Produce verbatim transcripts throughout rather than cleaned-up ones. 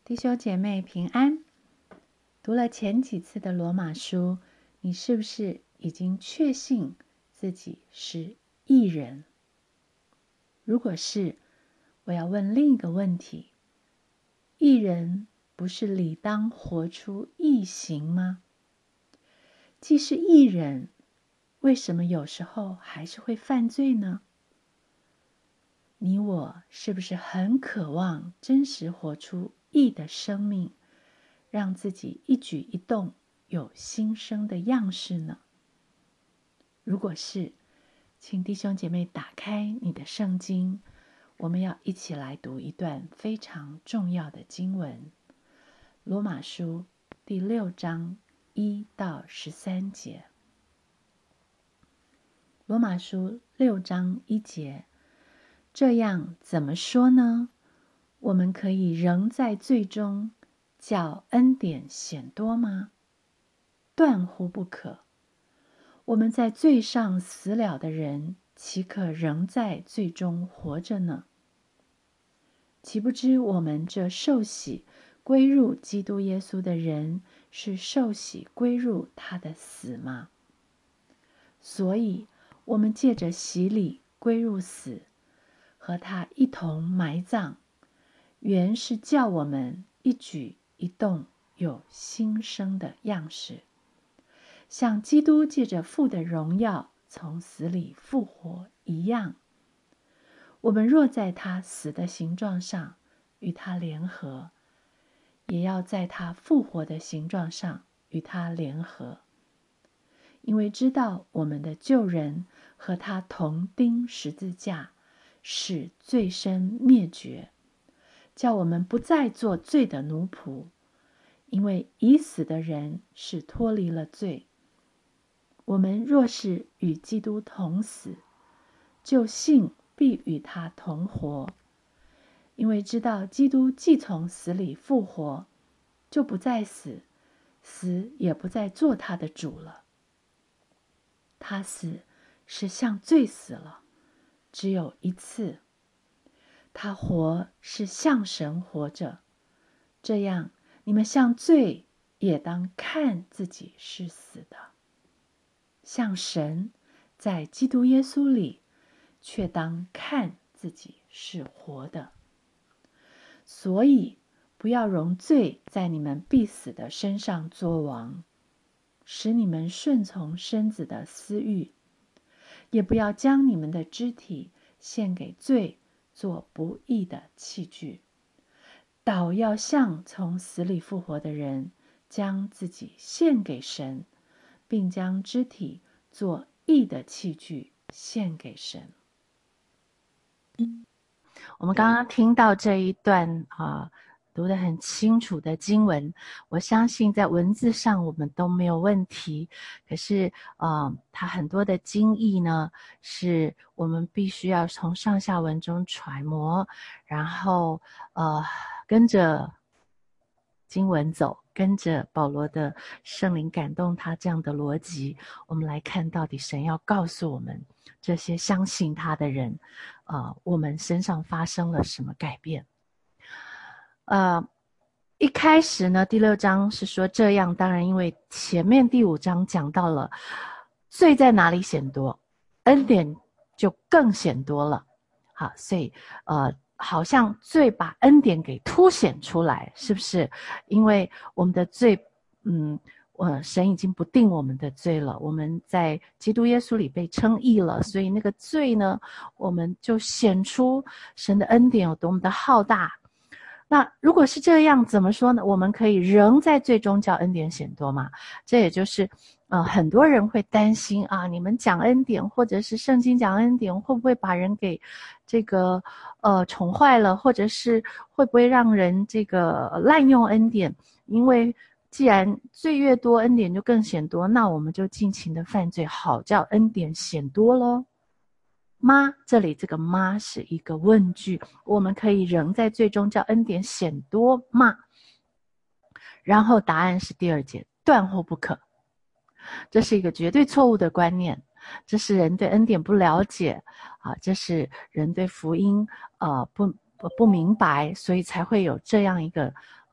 弟兄姐妹平安。读了前几次的罗马书，你是不是已经确信自己是义人？如果是，我要问另一个问题：义人不是理当活出义行吗？既是义人，为什么有时候还是会犯罪呢？你我是不是很渴望真实活出义的生命，让自己一举一动有新生的样式呢？如果是，请弟兄姐妹打开你的圣经，我们要一起来读一段非常重要的经文，罗马书第六章一到十三节。罗马书六章一节，这样怎么说呢？我们可以仍在罪中，叫恩典显多吗？断乎不可。我们在罪上死了的人，岂可仍在罪中活着呢？岂不知我们这受洗归入基督耶稣的人，是受洗归入他的死吗？所以我们借着洗礼归入死，和他一同埋葬，原是叫我们一举一动有新生的样式，像基督借着父的荣耀从死里复活一样。我们若在他死的形状上与他联合，也要在他复活的形状上与他联合，因为知道我们的旧人和他同钉十字架，使罪身灭绝，叫我们不再做罪的奴仆。因为已死的人是脱离了罪。我们若是与基督同死，就信必与他同活。因为知道基督既从死里复活，就不再死，死也不再做他的主了。他死是向罪死了，只有一次；他活是向神活着。这样，你们向罪也当看自己是死的，向神在基督耶稣里却当看自己是活的。所以不要容罪在你们必死的身上作王，使你们顺从身子的私欲，也不要将你们的肢体献给罪做不义的器具，倒要像从死里复活的人，将自己献给神，并将肢体做义的器具献给神。我们刚刚听到这一段啊，读得很清楚的经文，我相信在文字上我们都没有问题。可是，呃，它很多的经义呢，是我们必须要从上下文中揣摩，然后呃，跟着经文走，跟着保罗的圣灵感动他这样的逻辑，我们来看到底神要告诉我们这些相信他的人，呃，我们身上发生了什么改变。呃，一开始呢，第六章是说这样，当然因为前面第五章讲到了罪在哪里显多，恩典就更显多了。好，所以呃，好像罪把恩典给凸显出来，是不是？因为我们的罪，嗯，呃，神已经不定我们的罪了，我们在基督耶稣里被称义了，所以那个罪呢，我们就显出神的恩典有多么的浩大。那如果是这样，怎么说呢？我们可以仍在罪中叫恩典显多嘛？这也就是呃，很多人会担心啊，你们讲恩典，或者是圣经讲恩典，会不会把人给这个呃宠坏了，或者是会不会让人这个滥用恩典？因为既然罪越多，恩典就更显多，那我们就尽情的犯罪，好叫恩典显多咯。吗？这里这个吗是一个问句，我们可以仍在最终叫恩典显多吗？然后答案是第二节，断乎不可。这是一个绝对错误的观念，这是人对恩典不了解啊，这是人对福音呃不不不明白，所以才会有这样一个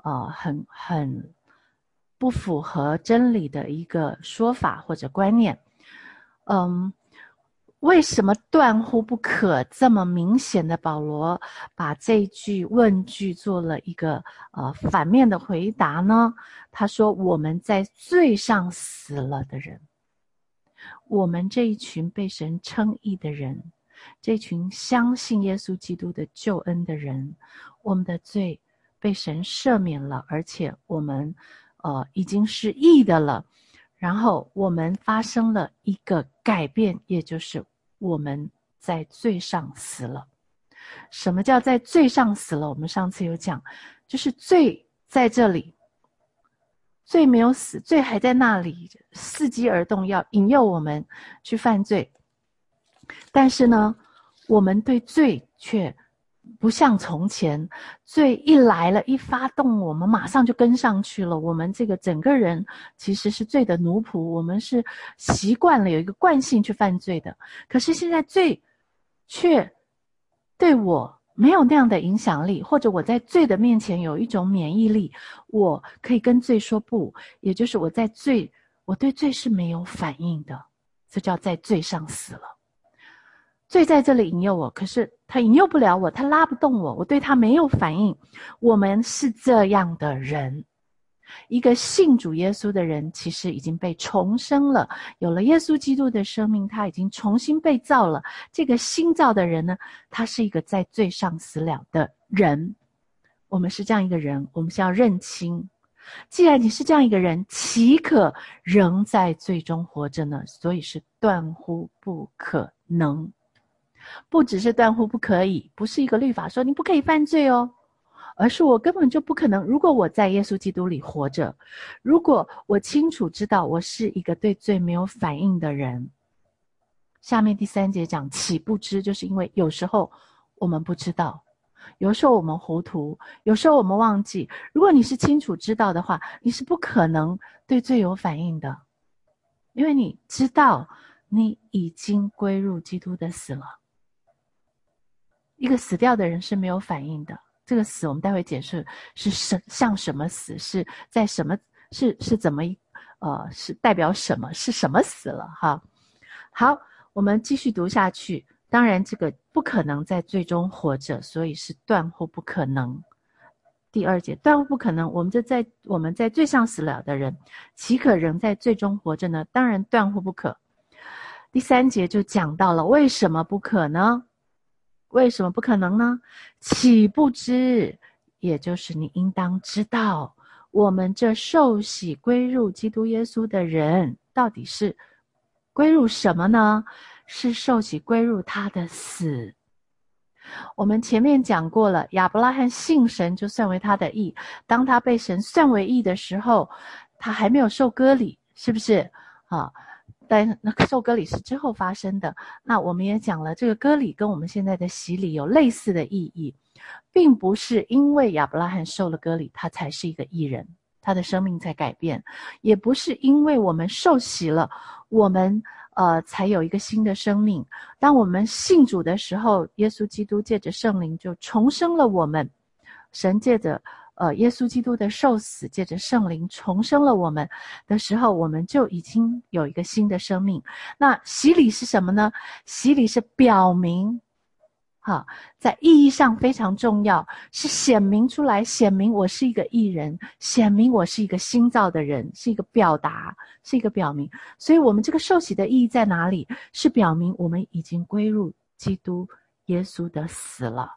呃很很不符合真理的一个说法或者观念。嗯，为什么断乎不可这么明显的保罗把这句问句做了一个呃反面的回答呢？他说我们在罪上死了的人，我们这一群被神称义的人，这群相信耶稣基督的救恩的人，我们的罪被神赦免了，而且我们呃已经是义的了。然后我们发生了一个改变，也就是我们在罪上死了。什么叫在罪上死了？我们上次有讲，就是罪在这里，罪没有死，罪还在那里，伺机而动，要引诱我们去犯罪。但是呢，我们对罪却不像从前，罪一来了，一发动，我们马上就跟上去了。我们这个整个人其实是罪的奴仆，我们是习惯了有一个惯性去犯罪的。可是现在罪却对我没有那样的影响力，或者我在罪的面前有一种免疫力，我可以跟罪说不，也就是我在罪，我对罪是没有反应的，这叫在罪上死了。罪在这里引诱我，可是他引诱不了我，他拉不动我，我对他没有反应。我们是这样的人，一个信主耶稣的人其实已经被重生了，有了耶稣基督的生命，他已经重新被造了。这个新造的人呢，他是一个在罪上死了的人。我们是这样一个人，我们是要认清，既然你是这样一个人，岂可仍在罪中活着呢？所以是断乎不可能。不只是断乎不可以，不是一个律法说你不可以犯罪哦，而是我根本就不可能。如果我在耶稣基督里活着，如果我清楚知道我是一个对罪没有反应的人，下面第三节讲岂不知，就是因为有时候我们不知道，有时候我们糊涂，有时候我们忘记。如果你是清楚知道的话，你是不可能对罪有反应的，因为你知道你已经归入基督的死了。一个死掉的人是没有反应的，这个死我们待会解释是什像什么死，是在什么，是是怎么呃是代表什么，是什么死了哈。好，我们继续读下去。当然这个不可能在最终活着，所以是断乎不可能。第二节，断乎不可能，我们这在我们在罪上死了的人，岂可仍在罪中活着呢？当然断乎不可。第三节就讲到了为什么不可呢？为什么不可能呢？岂不知，也就是你应当知道，我们这受洗归入基督耶稣的人，到底是归入什么呢？是受洗归入他的死。我们前面讲过了，亚伯拉罕信神就算为他的义，当他被神算为义的时候，他还没有受割礼，是不是啊？但那受割礼是之后发生的。那我们也讲了，这个割礼跟我们现在的洗礼有类似的意义，并不是因为亚伯拉罕受了割礼，他才是一个义人，他的生命才改变，也不是因为我们受洗了，我们呃才有一个新的生命。当我们信主的时候，耶稣基督借着圣灵就重生了我们，神借着呃，耶稣基督的受死，借着圣灵重生了我们的时候，我们就已经有一个新的生命。那洗礼是什么呢？洗礼是表明，哈，在意义上非常重要，是显明出来，显明我是一个义人，显明我是一个新造的人，是一个表达，是一个表明。所以我们这个受洗的意义在哪里？是表明我们已经归入基督耶稣的死了。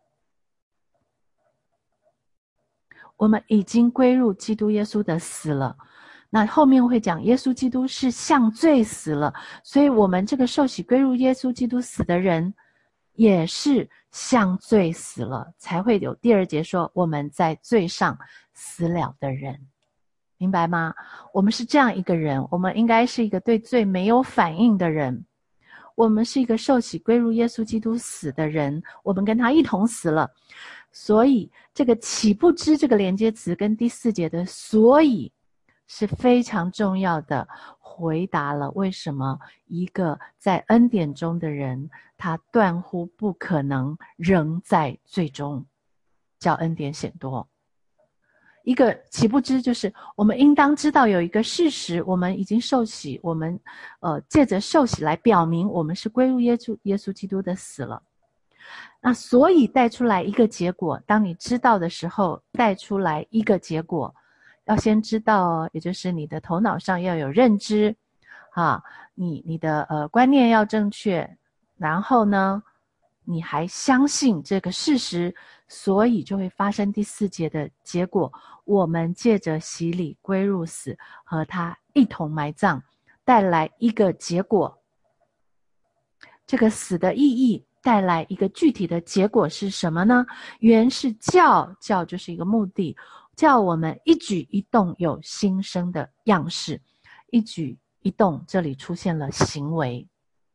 我们已经归入基督耶稣的死了。那后面会讲耶稣基督是向罪死了，所以我们这个受洗归入耶稣基督死的人也是向罪死了，才会有第二节说我们在罪上死了的人，明白吗？我们是这样一个人，我们应该是一个对罪没有反应的人，我们是一个受洗归入耶稣基督死的人，我们跟他一同死了。所以这个岂不知这个连接词跟第四节的所以是非常重要的，回答了为什么一个在恩典中的人，他断乎不可能仍在罪中，叫恩典显多。 一个岂不知，就是我们应当知道有一个事实，我们已经受洗，我们呃借着受洗来表明我们是归入耶稣耶稣基督的死了。那所以带出来一个结果，当你知道的时候，带出来一个结果，要先知道，也就是你的头脑上要有认知，啊，你你的呃观念要正确，然后呢，你还相信这个事实，所以就会发生第四节的结果。我们借着洗礼归入死，和他一同埋葬，带来一个结果。这个死的意义带来一个具体的结果是什么呢？原是叫，叫就是一个目的，叫我们一举一动有新生的样式。一举一动，这里出现了行为。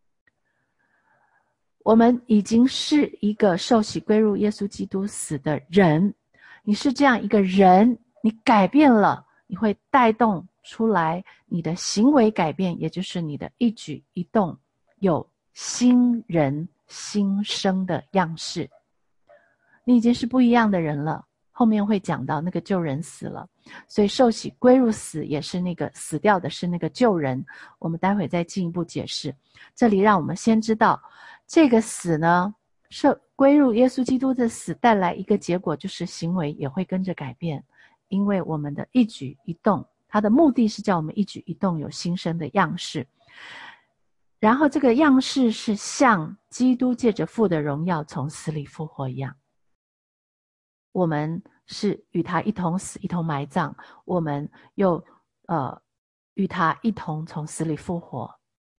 我们已经是一个受洗归入耶稣基督死的人，你是这样一个人，你改变了，你会带动出来你的行为改变，也就是你的一举一动有新人新生的样式。你已经是不一样的人了，后面会讲到那个旧人死了，所以受洗归入死也是那个死掉的是那个旧人，我们待会再进一步解释。这里让我们先知道这个死呢，受归入耶稣基督的死带来一个结果，就是行为也会跟着改变，因为我们的一举一动，它的目的是叫我们一举一动有新生的样式。然后这个样式是像基督借着父的荣耀从死里复活一样，我们是与他一同死，一同埋葬，我们又呃与他一同从死里复活，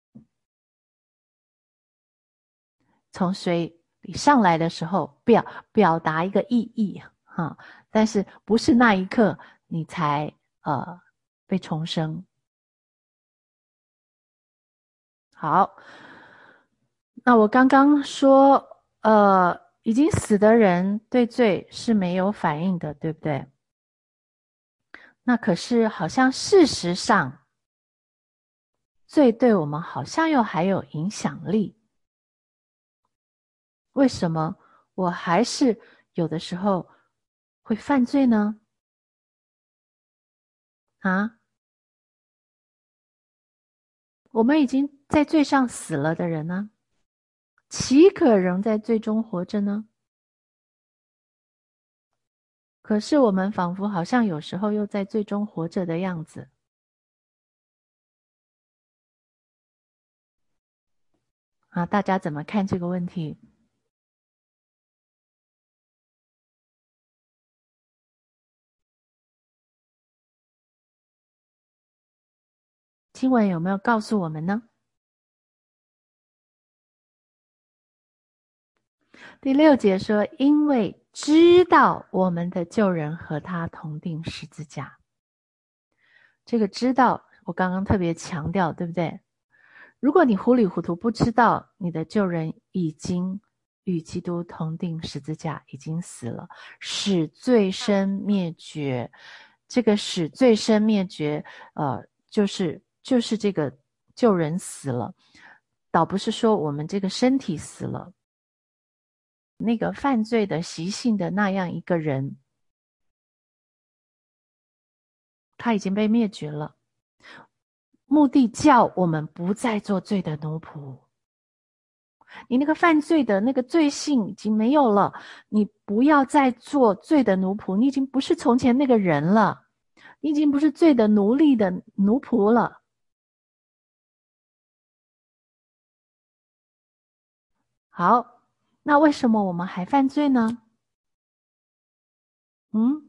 从水里上来的时候表表达一个意义哈，但是不是那一刻你才呃被重生。好，那我刚刚说呃已经死的人对罪是没有反应的，对不对？那可是好像事实上罪对我们好像又还有影响力。为什么我还是有的时候会犯罪呢？啊，我们已经在罪上死了的人呢，岂可仍在罪中活着呢？可是我们仿佛好像有时候又在罪中活着的样子。啊，大家怎么看这个问题？经文有没有告诉我们呢？第六节说，因为知道我们的旧人和他同定十字架。这个知道我刚刚特别强调，对不对？如果你糊里糊涂不知道你的旧人已经与基督同定十字架，已经死了，使罪身灭绝，这个使罪身灭绝呃，就是就是这个旧人死了，倒不是说我们这个身体死了，那个犯罪的习性的那样一个人，他已经被灭绝了，目的叫我们不再做罪的奴仆。你那个犯罪的那个罪性已经没有了，你不要再做罪的奴仆，你已经不是从前那个人了，你已经不是罪的奴隶的奴仆了。好，那为什么我们还犯罪呢？嗯，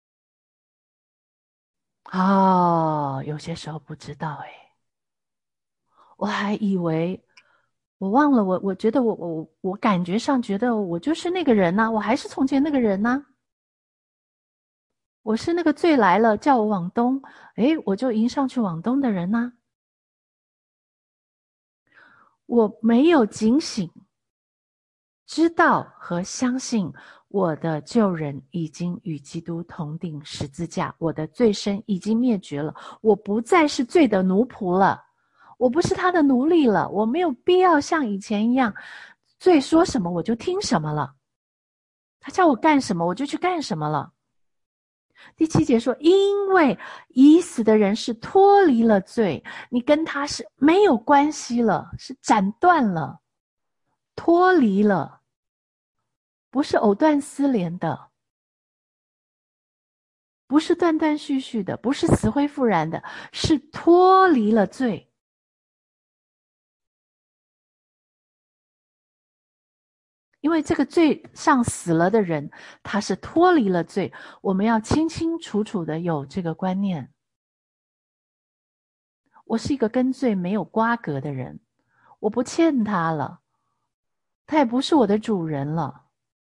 哦，有些时候不知道诶，我还以为我忘了，我我觉得我我我感觉上觉得我就是那个人呐、啊，我还是从前那个人呐、啊。我是那个罪来了叫我往东，诶，我就迎上去往东的人呐、啊。我没有警醒，知道和相信我的旧人已经与基督同定十字架，我的罪身已经灭绝了，我不再是罪的奴仆了，我不是他的奴隶了，我没有必要像以前一样，罪说什么我就听什么了，他叫我干什么我就去干什么了。 第七节说，因为已死的人是脱离了罪，你跟他是没有关系了，是斩断了，脱离了，不是藕断丝连的，不是断断续续的，不是死灰复燃的，是脱离了罪。因为这个罪上死了的人，他是脱离了罪，我们要清清楚楚的有这个观念。我是一个跟罪没有瓜葛的人，我不欠他了，他也不是我的主人了。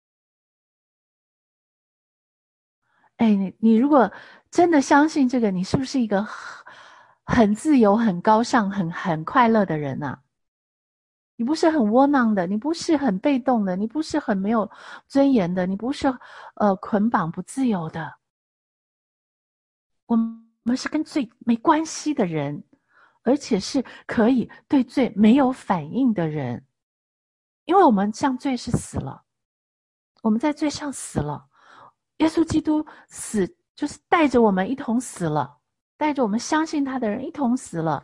哎，你你如果真的相信这个，你是不是一个很很自由、很高尚、很很快乐的人啊？你不是很窝囊的，你不是很被动的，你不是很没有尊严的，你不是呃捆绑不自由的。我们是跟罪没关系的人，而且是可以对罪没有反应的人，因为我们向罪是死了，我们在罪上死了。耶稣基督死就是带着我们一同死了，带着我们相信他的人一同死了。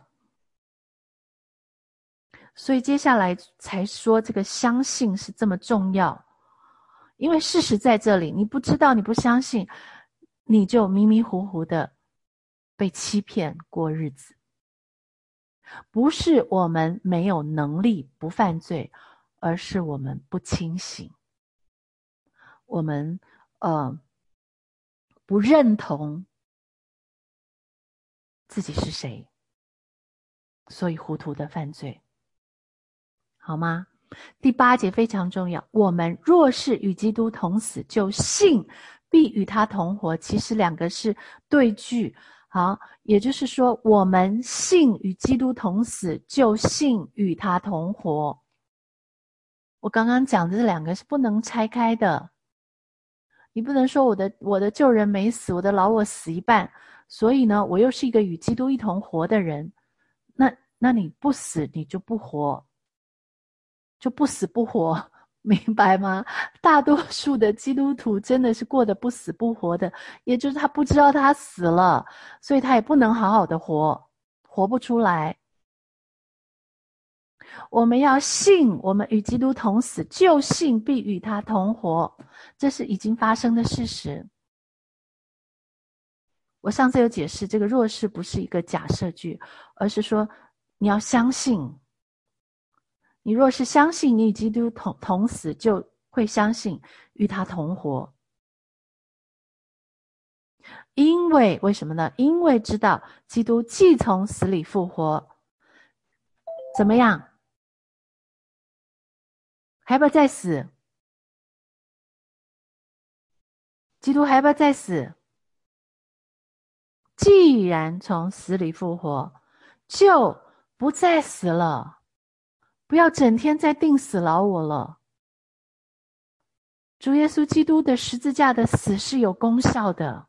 所以接下来才说这个相信是这么重要，因为事实在这里，你不知道，你不相信，你就迷迷糊糊的被欺骗过日子。不是我们没有能力不犯罪，而是我们不清醒，我们呃不认同自己是谁，所以糊涂的犯罪。好吗？第八节非常重要，我们若是与基督同死，就信必与他同活。其实两个是对句，好，也就是说，我们信与基督同死，就信与他同活。我刚刚讲的这两个是不能拆开的，你不能说我的我的旧人没死，我的老我死一半，所以呢，我又是一个与基督一同活的人，那那你不死，你就不活。就不死不活，明白吗？大多数的基督徒真的是过得不死不活的，也就是他不知道他死了，所以他也不能好好的活，活不出来。我们要信，我们与基督同死，就信必与他同活，这是已经发生的事实。我上次有解释，这个若是不是一个假设句，而是说你要相信。你若是相信你与基督同同死，就会相信与他同活。因为为什么呢？因为知道基督既从死里复活，怎么样？还要不要再死？基督还要不要再死？既然从死里复活，就不再死了。不要整天在定死老我了。主耶稣基督的十字架的死是有功效的。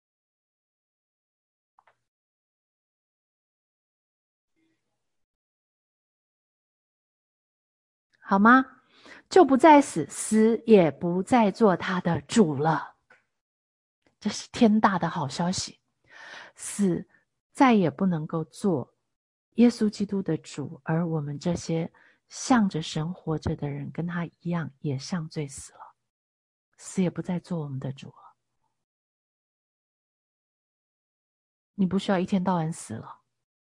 好吗？就不再死，死也不再做他的主了。这是天大的好消息，死再也不能够做耶稣基督的主，而我们这些向着神活着的人，跟他一样，也上罪死了，死也不再做我们的主了。你不需要一天到晚死了，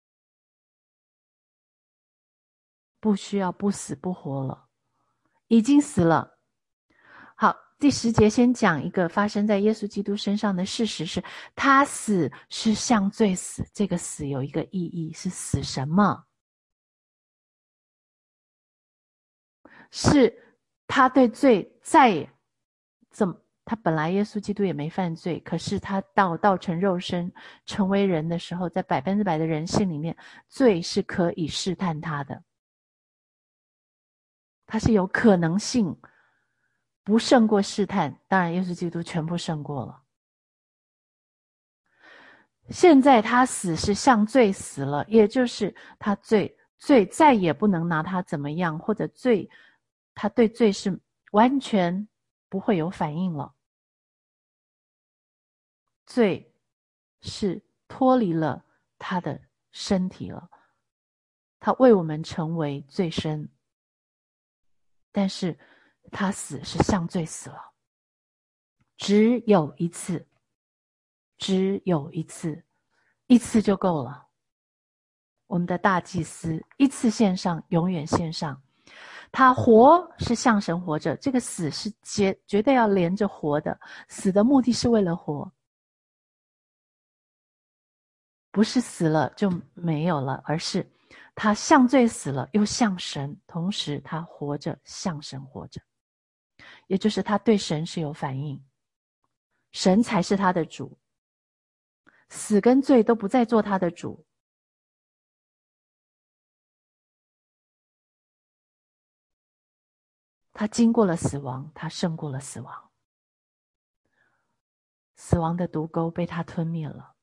不需要不死不活了，已经死了。好，第十节先讲一个发生在耶稣基督身上的事实，是他死是向罪死。这个死有一个意义，是死什么？是他对罪再也怎么？他本来耶稣基督也没犯罪，可是他到道成肉身成为人的时候，在百分之百的人性里面，罪是可以试探他的，他是有可能性不胜过试探。当然，耶稣基督全部胜过了。现在他死是向罪死了，也就是他罪罪再也不能拿他怎么样，或者罪他对罪是完全不会有反应了。 罪是脱离了他的身体了，他为我们成为罪身，但是他死是向罪死了，只有一次，只有一次，一次就够了。我们的大祭司一次献上，永远献上。他活是向神活着，这个死是绝绝对要连着活的，死的目的是为了活，不是死了就没有了，而是他向罪死了，又向神，同时他活着，向神活着，也就是他对神是有反应，神才是他的主，死跟罪都不再做他的主。他经过了死亡，他胜过了死亡，死亡的毒钩被他吞灭了，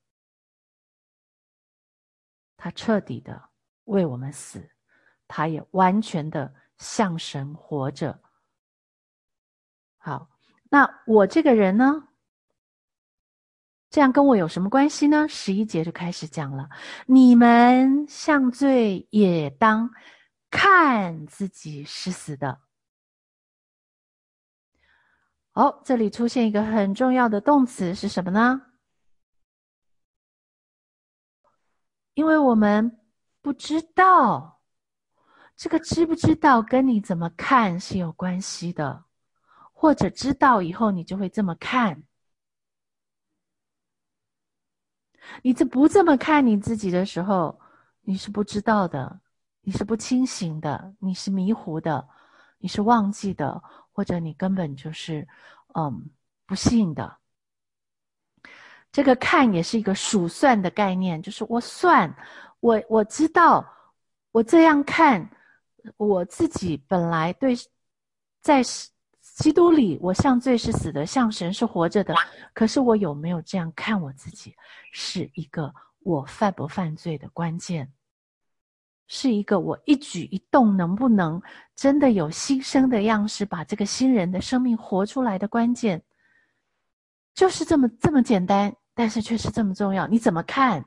他彻底的为我们死，他也完全的向神活着。好，那我这个人呢，这样跟我有什么关系呢？十一节就开始讲了，你们向罪也当看自己是死的。哦，这里出现一个很重要的动词是什么呢？因为我们不知道，这个知不知道跟你怎么看是有关系的，或者知道以后你就会这么看。你这不这么看你自己的时候，你是不知道的，你是不清醒的，你是迷糊的，你是忘记的，或者你根本就是嗯不信的。这个看也是一个数算的概念，就是我算，我我知道，我这样看，我自己本来对，在基督里，我向罪是死的，向神是活着的。可是我有没有这样看我自己，是一个我犯不犯罪的关键，是一个我一举一动能不能真的有新生的样式，把这个新人的生命活出来的关键。就是这么这么简单，但是却是这么重要。你怎么看？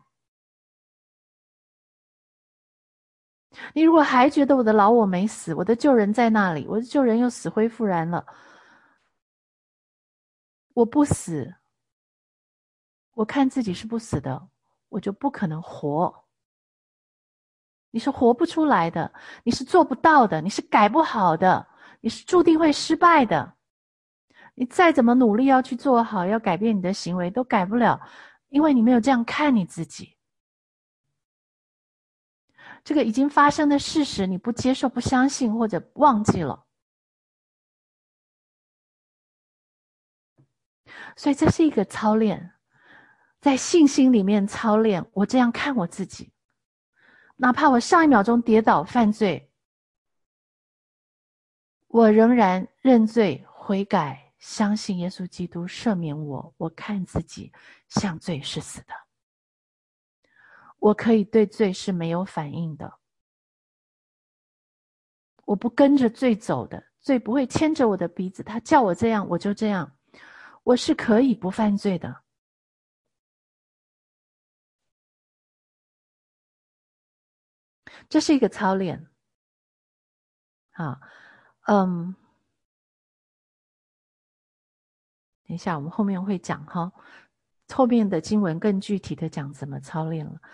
你如果还觉得我的老我没死，我的旧人在那里，我的旧人又死灰复燃了，我不死，我看自己是不死的，我就不可能活。你是活不出来的，你是做不到的，你是改不好的，你是注定会失败的。你再怎么努力要去做好，要改变你的行为，都改不了，因为你没有这样看你自己。这个已经发生的事实，你不接受、不相信或者忘记了，所以这是一个操练，在信心里面操练。我这样看我自己，哪怕我上一秒钟跌倒犯罪，我仍然认罪悔改，相信耶稣基督赦免我。我看自己向罪是死的，我可以对罪是没有反应的，我不跟着罪走的，罪不会牵着我的鼻子，他叫我这样我就这样，我是可以不犯罪的。这是一个操练。好，嗯，等一下我们后面会讲哈，后面的经文更具体的讲怎么操练了。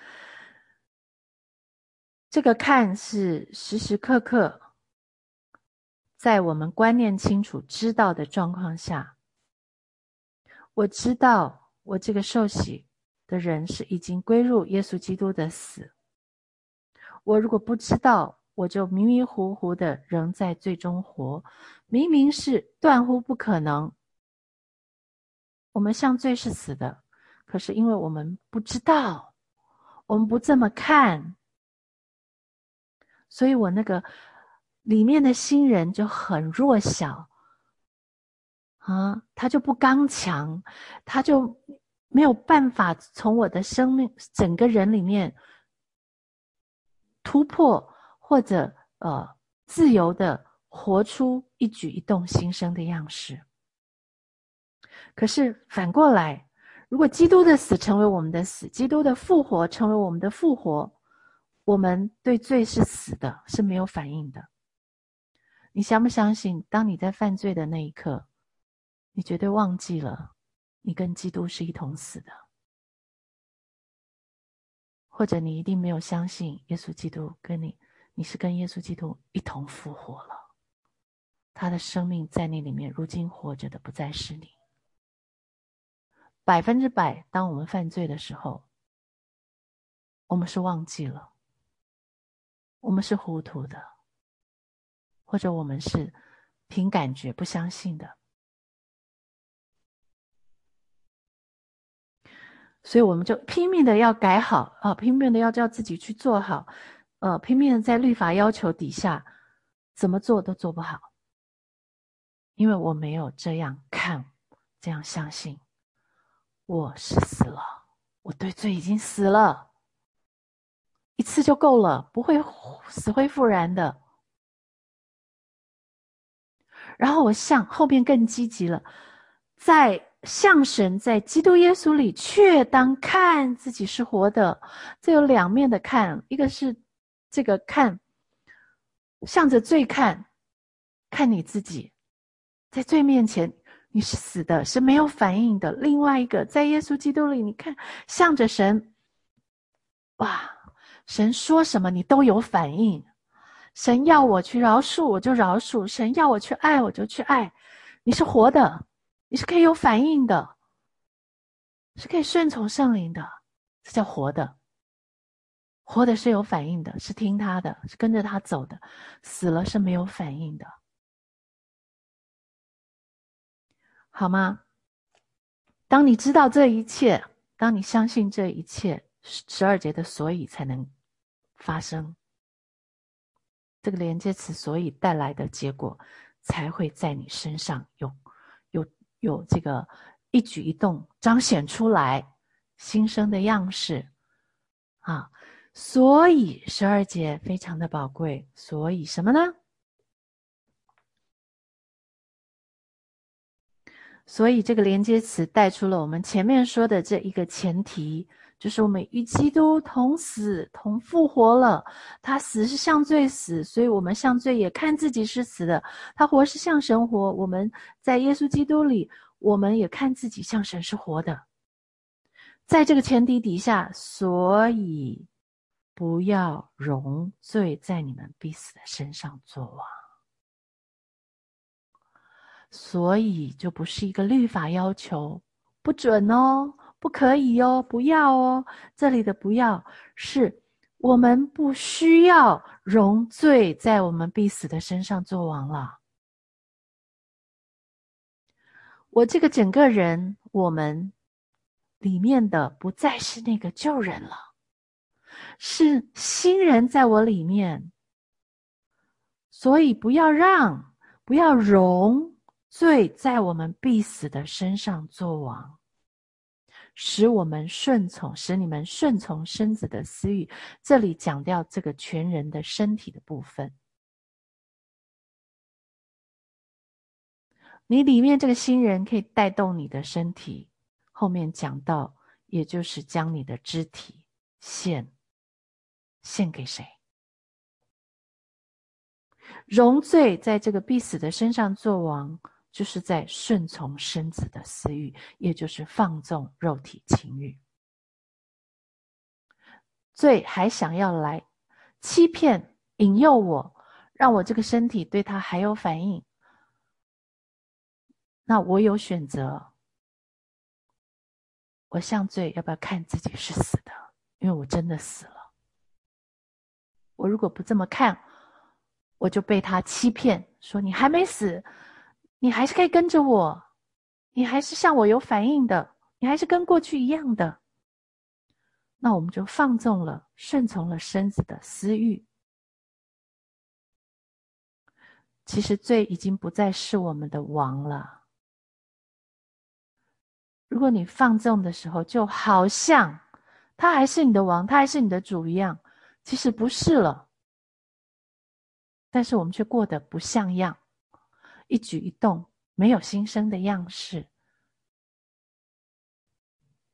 这个看是时时刻刻在我们观念清楚知道的状况下，我知道我这个受洗的人是已经归入耶稣基督的死，我如果不知道，我就迷迷糊糊的仍在罪中活，明明是断乎不可能，我们向罪是死的，可是因为我们不知道，我们不这么看，所以我那个里面的新人就很弱小啊，他就不刚强，他就没有办法从我的生命整个人里面突破，或者呃自由的活出一举一动新生的样式。可是反过来， 如果基督的死成为我们的死，基督的复活成为我们的复活，我们对罪是死的，是没有反应的。你相不相信，当你在犯罪的那一刻，你绝对忘记了你跟基督是一同死的，或者你一定没有相信耶稣基督跟你，你是跟耶稣基督一同复活了，他的生命在你里面，如今活着的不再是你。百分之百，当我们犯罪的时候，我们是忘记了，我们是糊涂的，或者我们是凭感觉不相信的。所以我们就拼命的要改好啊，拼命的要叫自己去做好，呃，拼命的在律法要求底下，怎么做都做不好，因为我没有这样看，这样相信，我是死了，我对罪已经死了，一次就够了，不会死灰复燃的。然后我向后面更积极了，在向神在基督耶稣里，却当看自己是活的。这有两面的看，一个是这个看，向着罪看，看你自己，在罪面前你是死的，是没有反应的。另外一个，在耶稣基督里，你看向着神，哇，神说什么你都有反应。神要我去饶恕，我就饶恕；神要我去爱，我就去爱。你是活的，你是可以有反应的，是可以顺从圣灵的，这叫活的。活的是有反应的，是听他的，是跟着他走的。死了是没有反应的，好吗？当你知道这一切，当你相信这一切，十二节的所以才能发生。这个连接词所以带来的结果才会在你身上有有有这个一举一动彰显出来新生的样式啊。所以十二节非常的宝贵，所以什么呢？所以这个连接词带出了我们前面说的这一个前提，就是我们与基督同死同复活了。他死是向罪死，所以我们向罪也看自己是死的。他活是向神活，我们在耶稣基督里，我们也看自己向神是活的。在这个前提底下，所以不要容罪在你们必死的身上作王。所以就不是一个律法要求，不准哦，不可以哦，不要哦。这里的不要是我们不需要容罪在我们必死的身上作王了。我这个整个人，我们里面的不再是那个旧人了，是新人在我里面。所以不要让，不要容罪在我们必死的身上作王，使我们顺从，使你们顺从身子的私欲。这里讲到这个全人的身体的部分，你里面这个新人可以带动你的身体，后面讲到，也就是将你的肢体献献给谁？容罪在这个必死的身上作王，就是在顺从身子的私欲，也就是放纵肉体情欲。罪还想要来欺骗引诱我，让我这个身体对他还有反应，那我有选择，我向罪要不要看自己是死的？因为我真的死了。我如果不这么看，我就被他欺骗，说你还没死，你还是可以跟着我，你还是向我有反应的，你还是跟过去一样的。那我们就放纵了，顺从了身子的私欲。其实罪已经不再是我们的王了。如果你放纵的时候，就好像他还是你的王，他还是你的主一样，其实不是了。但是我们却过得不像样，一举一动没有新生的样式。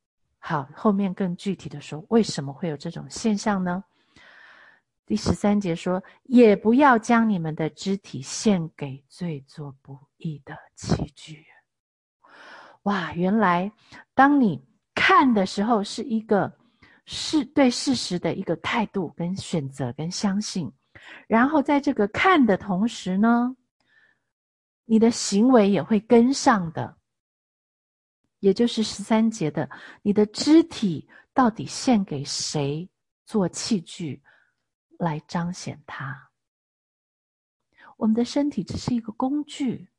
好，后面更具体的说，为什么会有这种现象呢？第十三节说，也不要将你们的肢体献给罪作不义的器具。哇，原来当你看的时候，是一个是对事实的一个态度跟选择跟相信，然后在这个看的同时呢，你的行为也会跟上的，也就是十三节的，你的肢体到底献给谁做器具来彰显它？我们的身体只是一个工具，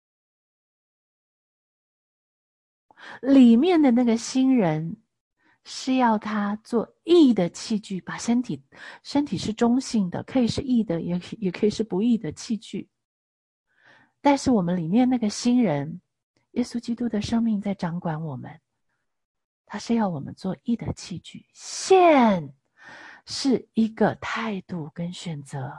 里面的那个新人是要他做义的器具，把身体身体是中性的，可以是义的，也也可以是不义的器具。但是我们里面那个新人，耶稣基督的生命在掌管我们，他是要我们做义的器具。献是一个态度跟选择。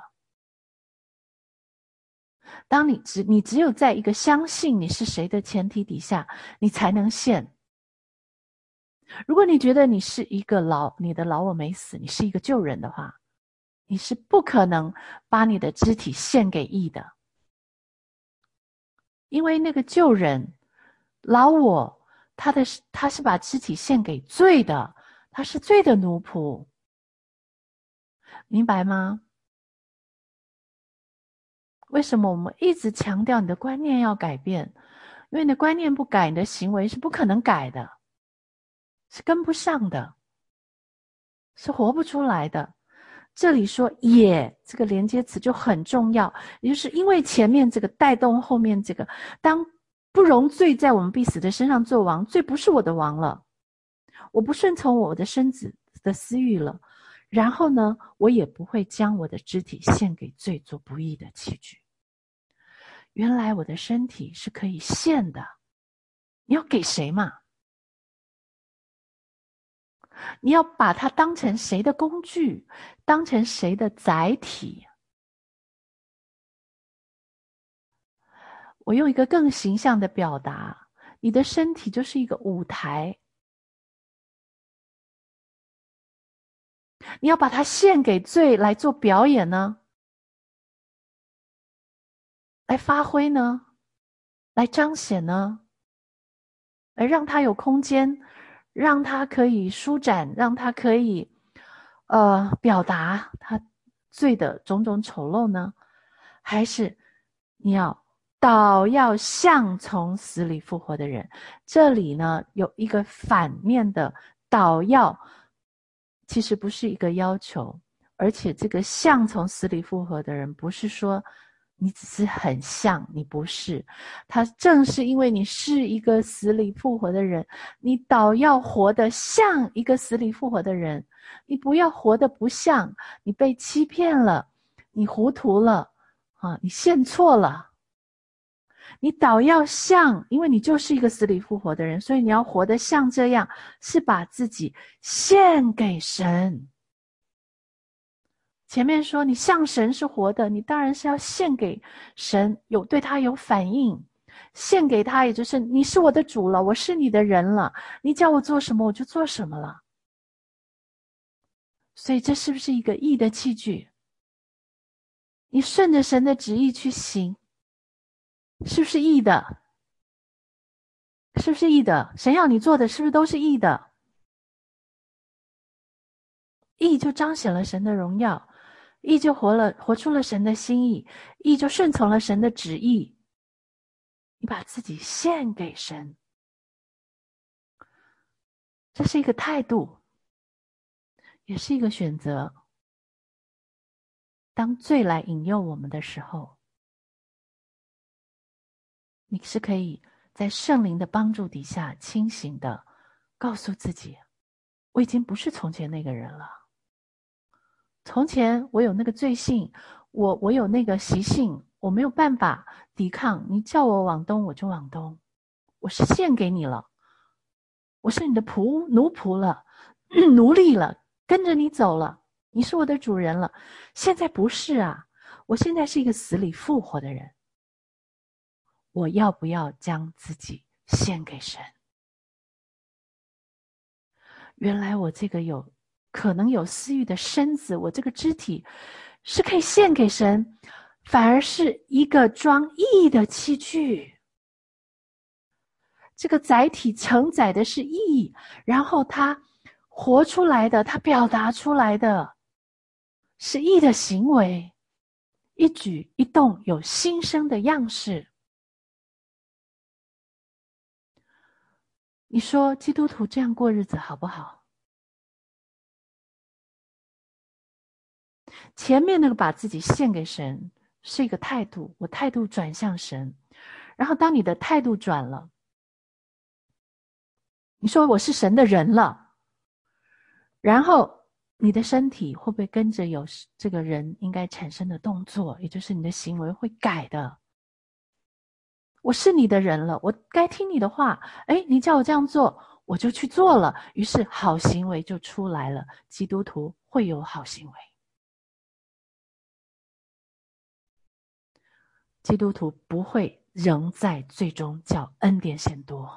当你只你只有在一个相信你是谁的前提底下，你才能献。如果你觉得你是一个老你的老我没死，你是一个旧人的话，你是不可能把你的肢体献给义的，因为那个旧人老我，他的他是把肢体献给罪的，他是罪的奴仆，明白吗？为什么我们一直强调你的观念要改变？因为你的观念不改，你的行为是不可能改的，是跟不上的，是活不出来的。这里说也这个连接词就很重要，也就是因为前面这个带动后面这个，当不容罪在我们必死的身上做王，罪不是我的王了，我不顺从我的身子的私欲了，然后呢，我也不会将我的肢体献给罪做不义的器具。原来我的身体是可以献的，你要给谁嘛？你要把它当成谁的工具，当成谁的载体？我用一个更形象的表达，你的身体就是一个舞台，你要把它献给罪来做表演呢，来发挥呢，来彰显呢，来让它有空间，让它可以舒展，让它可以呃表达它罪的种种丑陋呢？还是你要倒要像从死里复活的人？这里呢有一个反面的倒要，其实不是一个要求，而且这个像从死里复活的人，不是说你只是很像，你不是，他正是因为你是一个死里复活的人，你倒要活得像一个死里复活的人，你不要活得不像，你被欺骗了，你糊涂了啊，你陷错了，你倒要像，因为你就是一个死里复活的人，所以你要活得像这样，是把自己献给神。前面说你像神是活的，你当然是要献给神，有对他有反应，献给他，也就是你是我的主了，我是你的人了，你叫我做什么我就做什么了。所以这是不是一个义的器具？你顺着神的旨意去行，是不是义的？是不是义的？神要你做的是不是都是义的？义就彰显了神的荣耀，义就活了，活出了神的心意，义就顺从了神的旨意。你把自己献给神，这是一个态度，也是一个选择。当罪来引诱我们的时候，你是可以在圣灵的帮助底下清醒的告诉自己，我已经不是从前那个人了。从前我有那个罪性，我我有那个习性，我没有办法抵抗，你叫我往东我就往东，我是献给你了，我是你的仆奴仆了，奴隶了，跟着你走了，你是我的主人了。现在不是啊，我现在是一个死里复活的人，我要不要将自己献给神？ 原来我这个有可能有私欲的身子，我这个肢体是可以献给神，反而是一个装义的器具。这个载体承载的是义，然后它活出来的，它表达出来的是义的行为，一举一动有新生的样式。你说基督徒这样过日子好不好？前面那个把自己献给神是一个态度，我态度转向神，然后当你的态度转了，你说我是神的人了，然后你的身体会不会跟着有这个人应该产生的动作，也就是你的行为会改的。我是你的人了，我该听你的话，诶，你叫我这样做我就去做了，于是好行为就出来了。基督徒会有好行为，基督徒不会仍在最终叫恩典显多。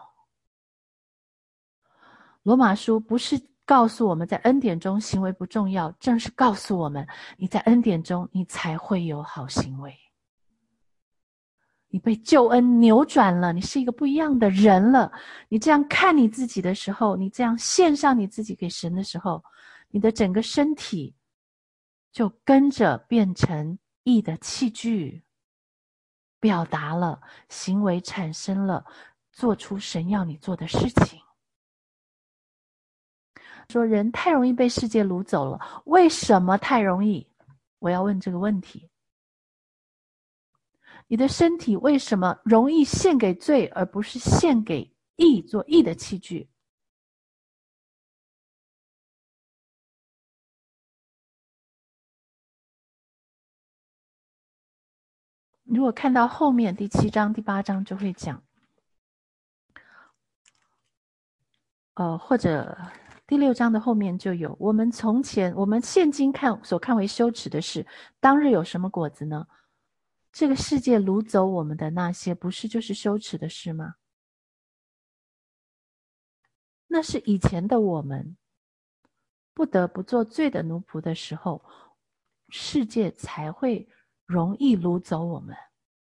罗马书不是告诉我们在恩典中行为不重要，正是告诉我们你在恩典中你才会有好行为。你被救恩扭转了，你是一个不一样的人了。你这样看你自己的时候，你这样献上你自己给神的时候，你的整个身体就跟着变成义的器具，表达了行为，产生了做出神要你做的事情。说人太容易被世界掳走了，为什么太容易？我要问这个问题。你的身体为什么容易献给罪，而不是献给义，做义的器具？如果看到后面第七章、第八章就会讲，呃，或者第六章的后面就有。我们从前，我们现今看所看为羞耻的事，当日有什么果子呢？这个世界掳走我们的那些，不是就是羞耻的事吗？那是以前的我们不得不做罪的奴仆的时候，世界才会容易掳走我们。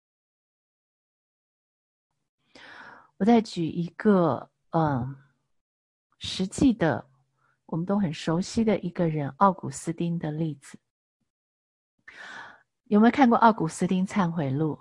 我再举一个嗯，实际的我们都很熟悉的一个人奥古斯丁的例子。有没有看过奥古斯丁忏悔录？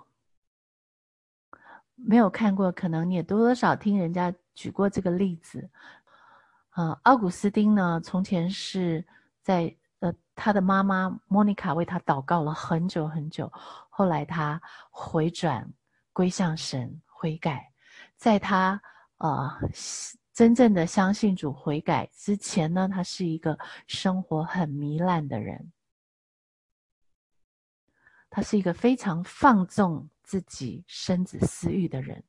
没有看过，可能你也多多少听人家举过这个例子。呃，奥古斯丁呢，从前是在呃他的妈妈莫妮卡为他祷告了很久很久，后来他回转归向神悔改，在他呃真正的相信主悔改之前呢，他是一个生活很糜烂的人，他是一个非常放纵自己身子私欲的人。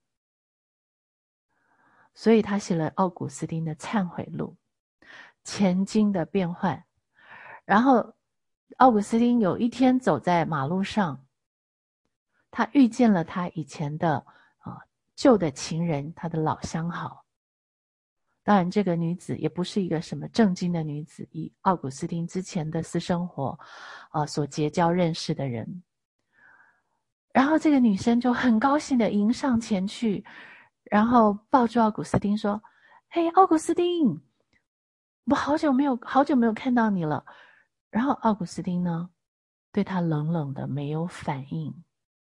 所以他写了奥古斯丁的忏悔录，前经的变换。然后奥古斯丁有一天走在马路上，他遇见了他以前的、呃、旧的情人，他的老相好。当然这个女子也不是一个什么正经的女子，以奥古斯丁之前的私生活、呃、所结交认识的人。然后这个女生就很高兴的迎上前去，然后抱住奥古斯丁说，嘿，奥古斯丁，我好久没有好久没有看到你了。然后奥古斯丁呢，对他冷冷的没有反应。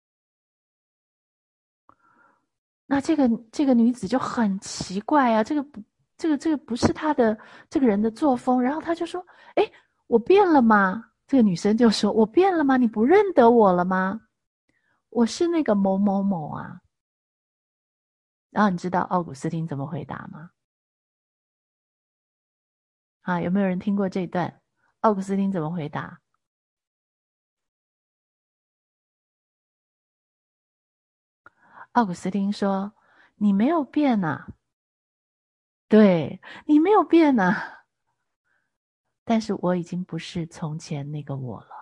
那这个这个女子就很奇怪啊，这个不这个这个不是他的这个人的作风。然后他就说，诶，我变了吗？这个女生就说，我变了吗？你不认得我了吗？我是那个某某某啊。然后你知道奥古斯丁怎么回答吗？啊，有没有人听过这一段？奥古斯丁怎么回答？奥古斯丁说，你没有变啊。对，你没有变啊，但是我已经不是从前那个我了。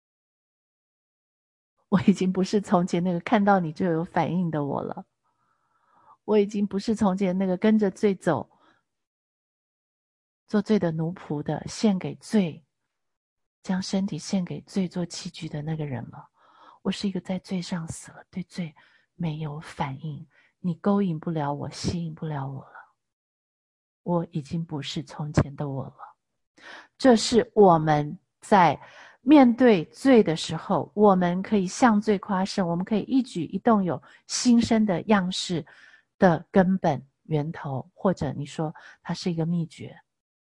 我已经不是从前那个看到你就有反应的我了。我已经不是从前那个跟着罪走， 做罪的奴仆的，献给罪，将身体献给罪做器具的那个人了。我是一个在罪上死了，对罪没有反应，你勾引不了我，吸引不了我了。我已经不是从前的我了。这是我们在面对罪的时候，我们可以向罪夸胜，我们可以一举一动有新生的样式的根本源头，或者你说它是一个秘诀。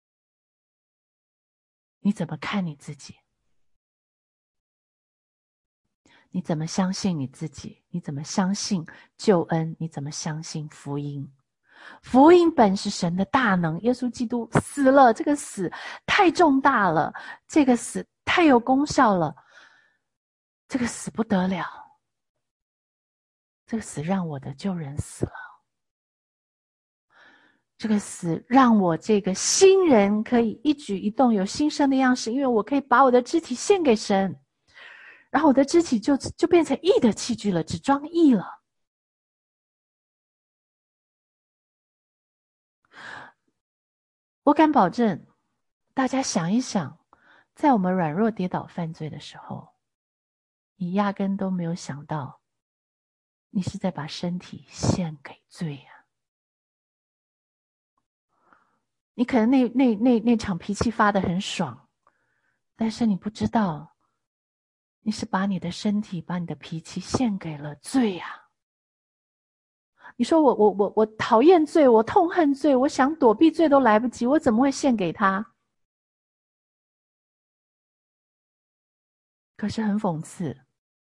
你怎么看你自己？你怎么相信你自己？你怎么相信救恩？你怎么相信福音？福音本是神的大能，耶稣基督死了，这个死太重大了，这个死太有功效了，这个死不得了，这个死让我的救人死了，这个死让我这个新人可以一举一动有新生的样式，因为我可以把我的肢体献给神，然后我的肢体就就变成义的器具了，只装义了。我敢保证，大家想一想，在我们软弱跌倒犯罪的时候，你压根都没有想到，你是在把身体献给罪呀、啊。你可能那那那那场脾气发得很爽，但是你不知道，你是把你的身体、把你的脾气献给了罪呀、啊。你说我我我我讨厌罪，我痛恨罪，我想躲避罪都来不及，我怎么会献给他？可是很讽刺，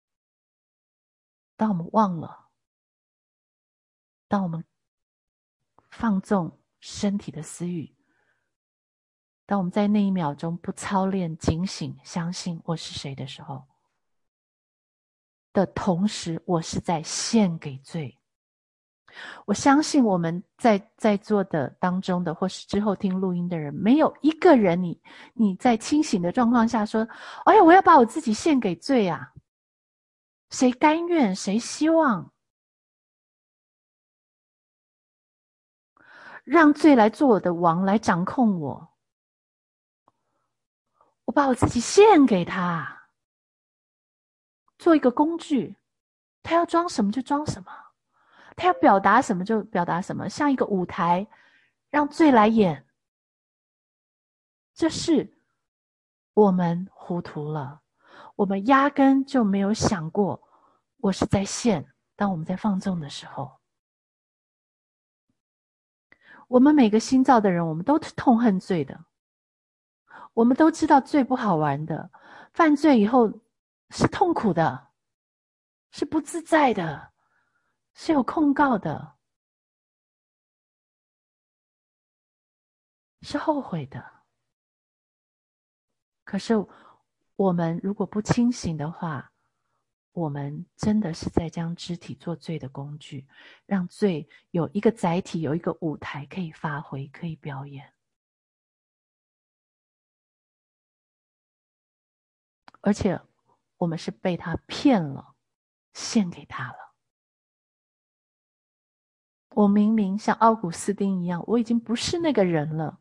当我们忘了，当我们放纵身体的私欲，当我们在那一秒钟不操练警醒相信我是谁的时候的同时，我是在献给罪。我相信我们在在座的当中的，或是之后听录音的人，没有一个人你你在清醒的状况下说：“哎呀，我要把我自己献给罪啊！”谁甘愿？谁希望让罪来做我的王，来掌控我？我把我自己献给他，做一个工具，他要装什么就装什么，他要表达什么就表达什么，像一个舞台，让罪来演。这是我们糊涂了，我们压根就没有想过，我是在献。当我们在放纵的时候，我们每个新造的人，我们都痛恨罪的，我们都知道罪不好玩的，犯罪以后是痛苦的，是不自在的，是有控告的，是后悔的。可是我们如果不清醒的话，我们真的是在将肢体做罪的工具，让罪有一个载体，有一个舞台可以发挥，可以表演。而且我们是被他骗了，献给他了。我明明像奥古斯丁一样，我已经不是那个人了，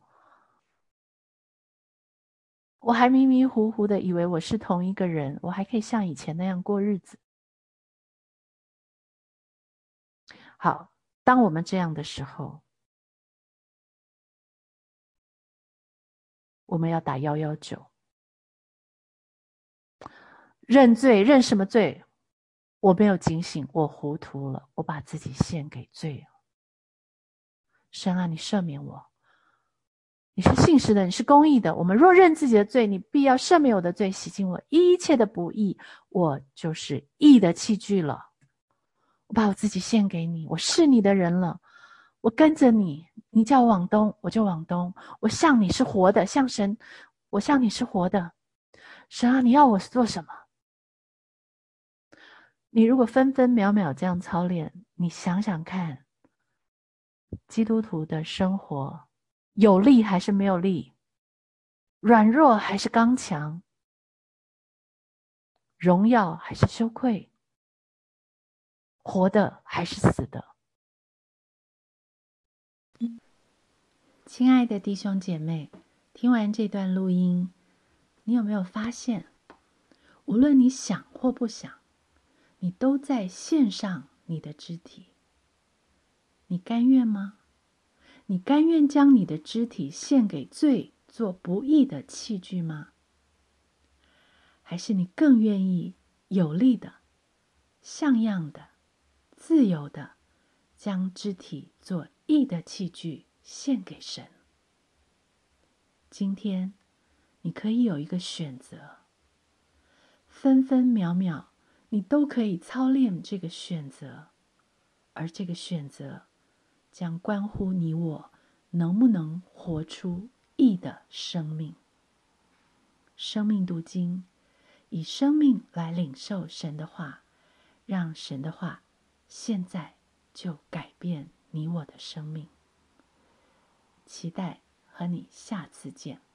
我还迷迷糊糊的以为我是同一个人，我还可以像以前那样过日子。好，当我们这样的时候，我们要打一一九，认罪，认什么罪？我没有警醒，我糊涂了，我把自己献给罪了。神啊，你赦免我。你是信实的，你是公义的。我们若认自己的罪，你必要赦免我的罪，洗净我一切的不义。我就是义的器具了。我把我自己献给你，我是你的人了。我跟着你，你叫我往东，我就往东。我向你是活的，向神，我向你是活的。神啊，你要我做什么？你如果分分秒秒这样操练，你想想看，基督徒的生活有力还是没有力？软弱还是刚强？荣耀还是羞愧？活的还是死的？亲爱的弟兄姐妹， 听完这段录音，你有没有发现，无论你想或不想，你都在献上你的肢体？你甘愿吗？你甘愿将你的肢体献给罪做不义的器具吗？还是你更愿意有力的、像样的、自由的将肢体做义的器具献给神？今天你可以有一个选择，分分秒秒你都可以操练这个选择，而这个选择将关乎你我能不能活出义的生命。生命读经，以生命来领受神的话，让神的话现在就改变你我的生命。期待和你下次见。